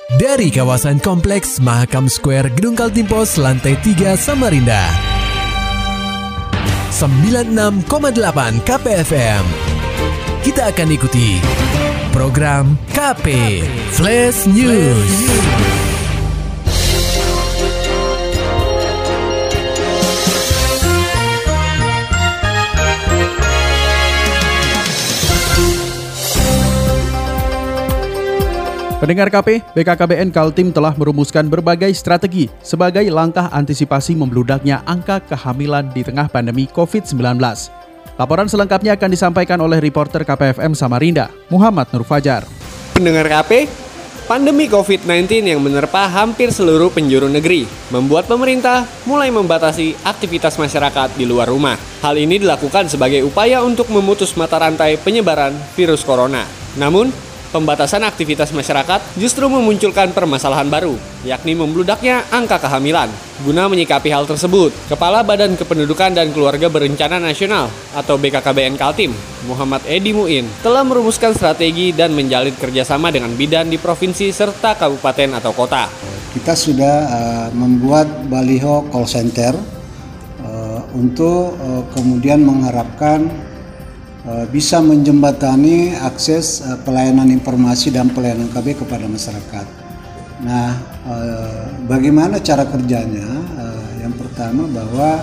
Dari kawasan Kompleks Mahakam Square Gedung Kaltim Pos Lantai 3 Samarinda 96,8 KPFM. Kita akan ikuti program KP Flash News. Pendengar KP, BKKBN Kaltim telah merumuskan berbagai strategi sebagai langkah antisipasi membludaknya angka kehamilan di tengah pandemi COVID-19. Laporan selengkapnya akan disampaikan oleh reporter KPFM Samarinda, Muhammad Nur Fajar. Pendengar KP, pandemi COVID-19 yang menerpa hampir seluruh penjuru negeri membuat pemerintah mulai membatasi aktivitas masyarakat di luar rumah. Hal ini dilakukan sebagai upaya untuk memutus mata rantai penyebaran virus corona. Namun, pembatasan aktivitas masyarakat justru memunculkan permasalahan baru, yakni membludaknya angka kehamilan. Guna menyikapi hal tersebut, Kepala Badan Kependudukan dan Keluarga Berencana Nasional atau BKKBN Kaltim, Muhammad Edi Muin, telah merumuskan strategi dan menjalin kerjasama dengan bidan di provinsi serta kabupaten atau kota. Kita sudah membuat baliho call center untuk kemudian mengharapkan bisa menjembatani akses pelayanan informasi dan pelayanan KB kepada masyarakat. Nah, bagaimana cara kerjanya? Yang pertama bahwa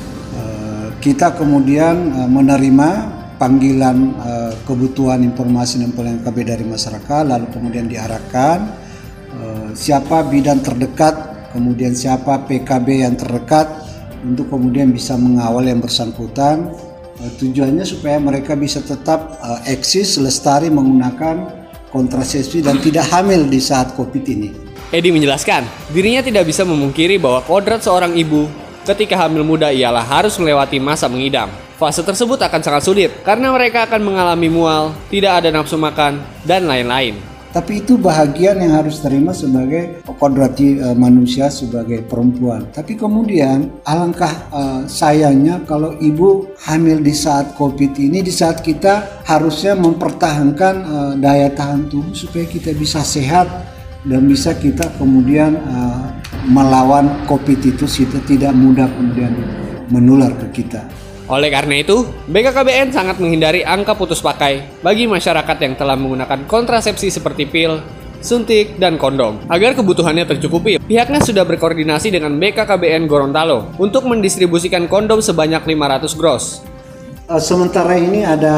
kita kemudian menerima panggilan kebutuhan informasi dan pelayanan KB dari masyarakat, lalu kemudian diarahkan siapa bidan terdekat, kemudian siapa PKB yang terdekat untuk kemudian bisa mengawal yang bersangkutan. Tujuannya supaya mereka bisa tetap eksis, lestari menggunakan kontrasepsi dan tidak hamil di saat COVID ini. Edi menjelaskan, dirinya tidak bisa memungkiri bahwa kodrat seorang ibu ketika hamil muda ialah harus melewati masa mengidam. Fase tersebut akan sangat sulit karena mereka akan mengalami mual, tidak ada nafsu makan, dan lain-lain. Tapi itu bahagian yang harus terima sebagai kodrati manusia sebagai perempuan. Tapi kemudian alangkah sayangnya kalau ibu hamil di saat COVID ini, di saat kita harusnya mempertahankan daya tahan tubuh supaya kita bisa sehat dan bisa kita kemudian melawan COVID itu tidak mudah kemudian menular ke kita. Oleh karena itu, BKKBN sangat menghindari angka putus pakai bagi masyarakat yang telah menggunakan kontrasepsi seperti pil, suntik, dan kondom. Agar kebutuhannya tercukupi, pihaknya sudah berkoordinasi dengan BKKBN Gorontalo untuk mendistribusikan kondom sebanyak 500 gros. Sementara ini ada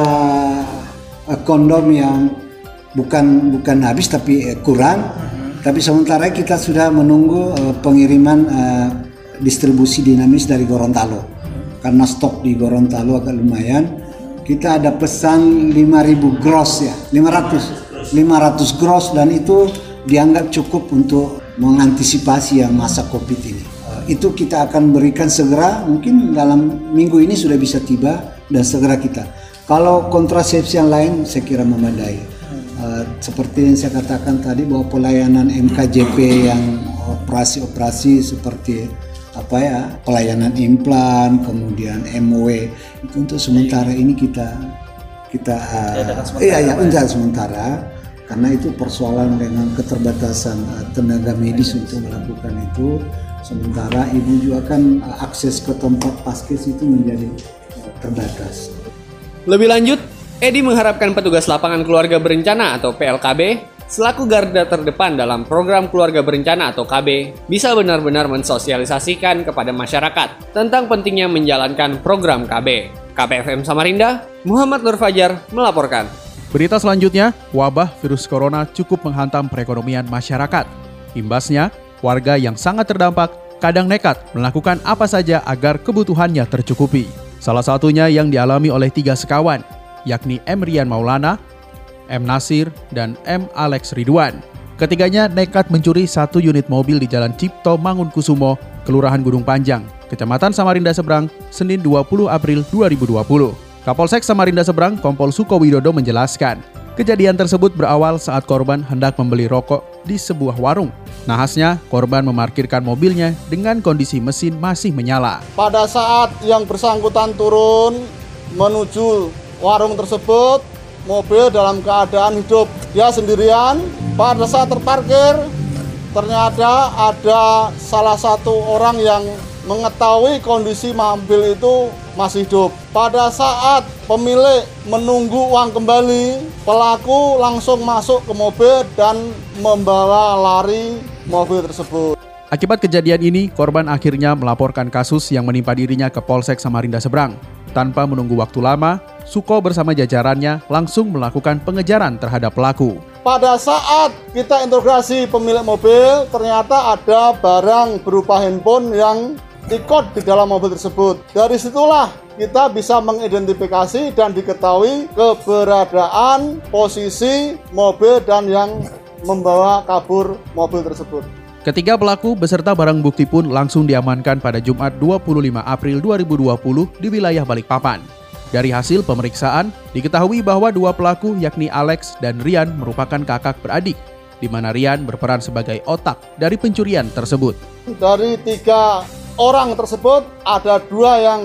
kondom yang bukan habis tapi kurang. Tapi sementara kita sudah menunggu pengiriman distribusi dinamis dari Gorontalo. Karena stok di Gorontalo agak lumayan, kita ada pesan 5.000 gross ya, 500 gross, dan itu dianggap cukup untuk mengantisipasi yang masa COVID ini. Itu kita akan berikan segera, mungkin dalam minggu ini sudah bisa tiba dan segera kita. Kalau kontrasepsi yang lain saya kira memadai. Seperti yang saya katakan tadi bahwa pelayanan MKJP yang operasi seperti pelayanan implan, kemudian MW itu untuk sementara ini kita untuk sementara karena itu persoalan dengan keterbatasan tenaga medis untuk melakukan itu. Sementara ibu juga kan akses ke tempat paskes itu menjadi terbatas. Lebih lanjut, Edi mengharapkan petugas lapangan keluarga berencana atau PLKB selaku garda terdepan dalam program keluarga berencana atau KB bisa benar-benar mensosialisasikan kepada masyarakat tentang pentingnya menjalankan program KB. KPFM Samarinda, Muhammad Nur Fajar melaporkan. Berita selanjutnya, wabah virus corona cukup menghantam perekonomian masyarakat. Imbasnya, warga yang sangat terdampak kadang nekat melakukan apa saja agar kebutuhannya tercukupi. Salah satunya yang dialami oleh 3 sekawan, yakni M. Rian Maulana, M. Nasir, dan M. Alex Ridwan. Ketiganya nekat mencuri 1 unit mobil di Jalan Cipto Mangunkusumo, Kelurahan Gunung Panjang, Kecamatan Samarinda Seberang, Senin 20 April 2020. Kapolsek Samarinda Seberang, Kompol Sukowidodo menjelaskan, kejadian tersebut berawal saat korban hendak membeli rokok di sebuah warung. Nahasnya, korban memarkirkan mobilnya dengan kondisi mesin masih menyala. Pada saat yang bersangkutan turun menuju warung tersebut, mobil dalam keadaan hidup. Dia sendirian, pada saat terparkir, ternyata ada salah satu orang yang mengetahui kondisi mobil itu masih hidup. Pada saat pemilik menunggu uang kembali, pelaku langsung masuk ke mobil dan membawa lari mobil tersebut. Akibat kejadian ini, korban akhirnya melaporkan kasus yang menimpa dirinya ke Polsek Samarinda Seberang. Tanpa menunggu waktu lama, Suko bersama jajarannya langsung melakukan pengejaran terhadap pelaku. Pada saat kita interogasi pemilik mobil, ternyata ada barang berupa handphone yang ikut di dalam mobil tersebut. Dari situlah kita bisa mengidentifikasi dan diketahui keberadaan posisi mobil dan yang membawa kabur mobil tersebut. Ketiga pelaku beserta barang bukti pun langsung diamankan pada Jumat 25 April 2020 di wilayah Balikpapan. Dari hasil pemeriksaan, diketahui bahwa dua pelaku yakni Alex dan Rian merupakan kakak beradik, di mana Rian berperan sebagai otak dari pencurian tersebut. Dari 3 orang tersebut, ada 2 yang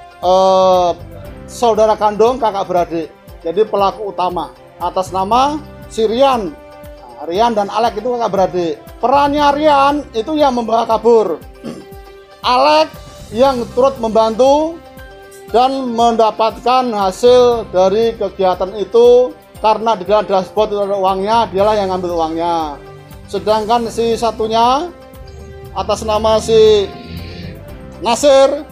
saudara kandung kakak beradik. Jadi pelaku utama atas nama si Rian. Rian dan Alex itu kakak beradik. Perannya Rian itu yang membawa kabur. Alex yang turut membantu dan mendapatkan hasil dari kegiatan itu karena di dalam dashboard itu ada uangnya, dialah yang ngambil uangnya. Sedangkan si satunya atas nama si Nasir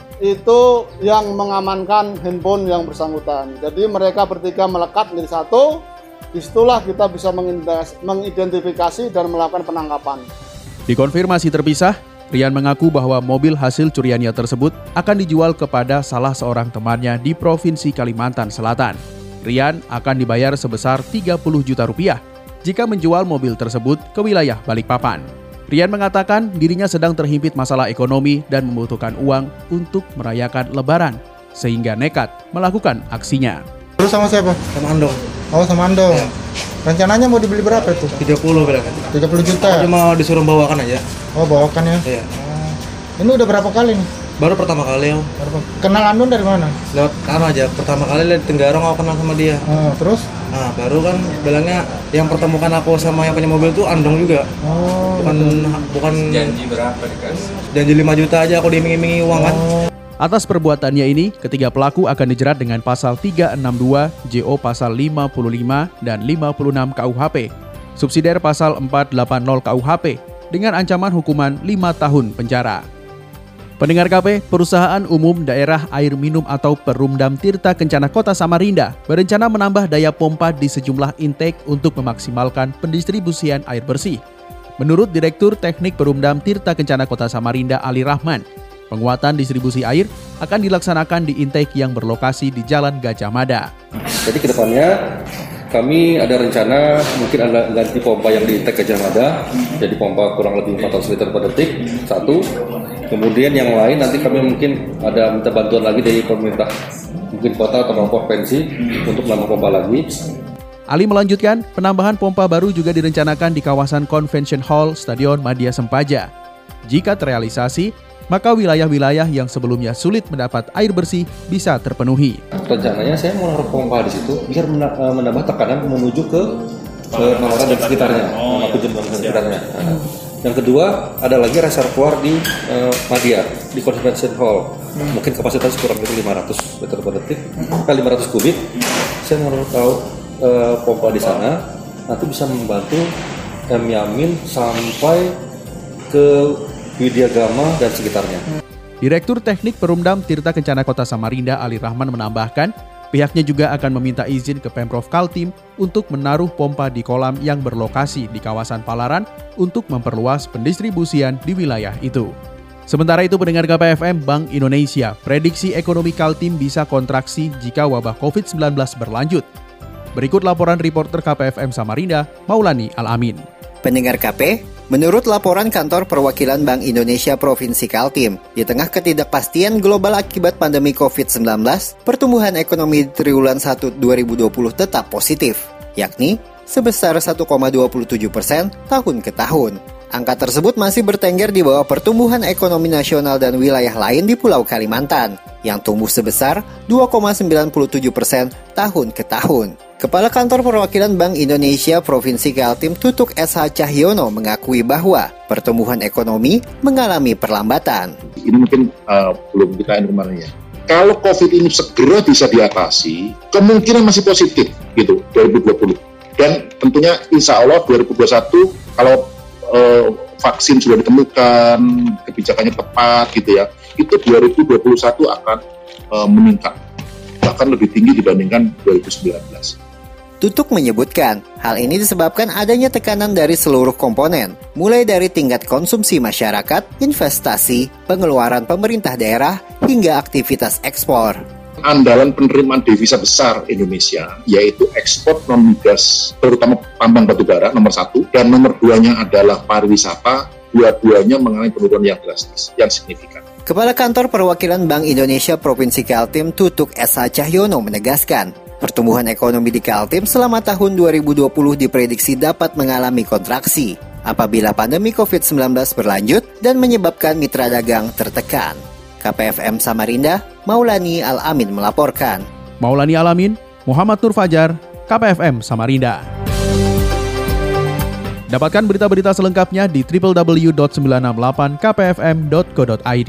itu yang mengamankan handphone yang bersangkutan. Jadi mereka bertiga melekat menjadi satu. Disitulah kita bisa mengidentifikasi dan melakukan penangkapan. Dikonfirmasi terpisah, Rian mengaku bahwa mobil hasil curiannya tersebut akan dijual kepada salah seorang temannya di Provinsi Kalimantan Selatan. Rian akan dibayar sebesar 30 juta rupiah jika menjual mobil tersebut ke wilayah Balikpapan. Rian mengatakan dirinya sedang terhimpit masalah ekonomi dan membutuhkan uang untuk merayakan Lebaran, sehingga nekat melakukan aksinya. Terus sama siapa? Sama Andong. Oh, sama Andong. Ya. Rencananya mau dibeli berapa itu? 30 bilang. 30 juta? Aku cuma disuruh bawakan aja. Oh, bawakan ya? Iya. Ini udah berapa kali nih? Baru pertama kali. Kenal Andong dari mana? Lewat aja. Pertama kali lihat Tenggarong aku kenal sama dia. Terus? Nah, baru kan bilangnya yang pertemukan aku sama yang punya mobil tuh Andong juga. Oh. Bukan janji berapa dikasih? Janji 5 juta aja aku diiming-imingi uang kan. Atas perbuatannya ini, ketiga pelaku akan dijerat dengan pasal 362, JO pasal 55 dan 56 KUHP, subsidiar pasal 480 KUHP, dengan ancaman hukuman 5 tahun penjara. Pendengar KP, Perusahaan Umum Daerah Air Minum atau Perumdam Tirta Kencana Kota Samarinda berencana menambah daya pompa di sejumlah intake untuk memaksimalkan pendistribusian air bersih. Menurut Direktur Teknik Perumdam Tirta Kencana Kota Samarinda Ali Rahman, penguatan distribusi air akan dilaksanakan di intake yang berlokasi di Jalan Gajah Mada. Jadi kedepannya kami ada rencana mungkin ada ganti pompa yang di intake Gajah Mada, jadi pompa kurang lebih 400 liter per detik, satu. Kemudian yang lain nanti kami mungkin ada minta bantuan lagi dari pemerintah, mungkin kota atau provinsi untuk menambah pompa lagi. Ali melanjutkan, penambahan pompa baru juga direncanakan di kawasan Convention Hall Stadion Madia Sempaja. Jika terrealisasi, maka wilayah-wilayah yang sebelumnya sulit mendapat air bersih bisa terpenuhi. Rencananya saya mau naruh pompa di situ biar menambah tekanan menuju ke Mawara dan sekitarnya, sekitarnya. Yang kedua, ada lagi reservoir di Madia, di Convention Hall. Mungkin kapasitas kurang lebih 500 liter per detik, 500 kubik. Saya mau tahu pompa di sana, nanti bisa membantu Yamin sampai ke Widya Gama dan sekitarnya. Direktur Teknik Perumdam Tirta Kencana Kota Samarinda Ali Rahman menambahkan, pihaknya juga akan meminta izin ke Pemprov Kaltim untuk menaruh pompa di kolam yang berlokasi di kawasan Palaran untuk memperluas pendistribusian di wilayah itu. Sementara itu, pendengar KPFM, Bank Indonesia prediksi ekonomi Kaltim bisa kontraksi jika wabah COVID-19 berlanjut. Berikut laporan reporter KPFM Samarinda, Maulani Al-Amin. Pendengar KP, menurut laporan Kantor Perwakilan Bank Indonesia Provinsi Kaltim, di tengah ketidakpastian global akibat pandemi COVID-19, pertumbuhan ekonomi triwulan 1 2020 tetap positif, yakni sebesar 1,27% tahun ke tahun. Angka tersebut masih bertengger di bawah pertumbuhan ekonomi nasional dan wilayah lain di Pulau Kalimantan, yang tumbuh sebesar 2,97% tahun ke tahun. Kepala Kantor Perwakilan Bank Indonesia Provinsi Kaltim Tutuk SH Cahyono mengakui bahwa pertumbuhan ekonomi mengalami perlambatan. Ini mungkin belum kita kemarin ya. Kalau COVID ini segera bisa diatasi, kemungkinan masih positif gitu 2020. Dan tentunya insya Allah 2021 kalau vaksin sudah ditemukan, kebijakannya tepat gitu ya, itu 2021 akan meningkat, bahkan lebih tinggi dibandingkan 2019. Tutuk menyebutkan, hal ini disebabkan adanya tekanan dari seluruh komponen, mulai dari tingkat konsumsi masyarakat, investasi, pengeluaran pemerintah daerah, hingga aktivitas ekspor. Andalan penerimaan devisa besar Indonesia, yaitu ekspor non-migas, terutama tambang batubara, nomor 1, dan nomor 2-nya adalah pariwisata, dua-duanya mengalami penurunan yang drastis, yang signifikan. Kepala Kantor Perwakilan Bank Indonesia Provinsi Kaltim Tutuk SH Cahyono menegaskan, pertumbuhan ekonomi di Kaltim selama tahun 2020 diprediksi dapat mengalami kontraksi apabila pandemi COVID-19 berlanjut dan menyebabkan mitra dagang tertekan. KPFM Samarinda, Maulani Al-Amin melaporkan. Maulani Al-Amin, Muhammad Nur Fajar, KPFM Samarinda. Dapatkan berita-berita selengkapnya di www.968kpfm.co.id.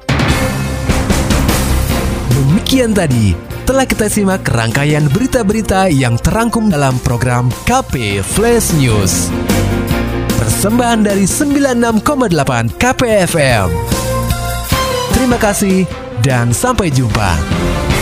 Demikian tadi telah kita simak rangkaian berita-berita yang terangkum dalam program KP Flash News. Persembahan dari 96,8 KPFM. Terima kasih dan sampai jumpa.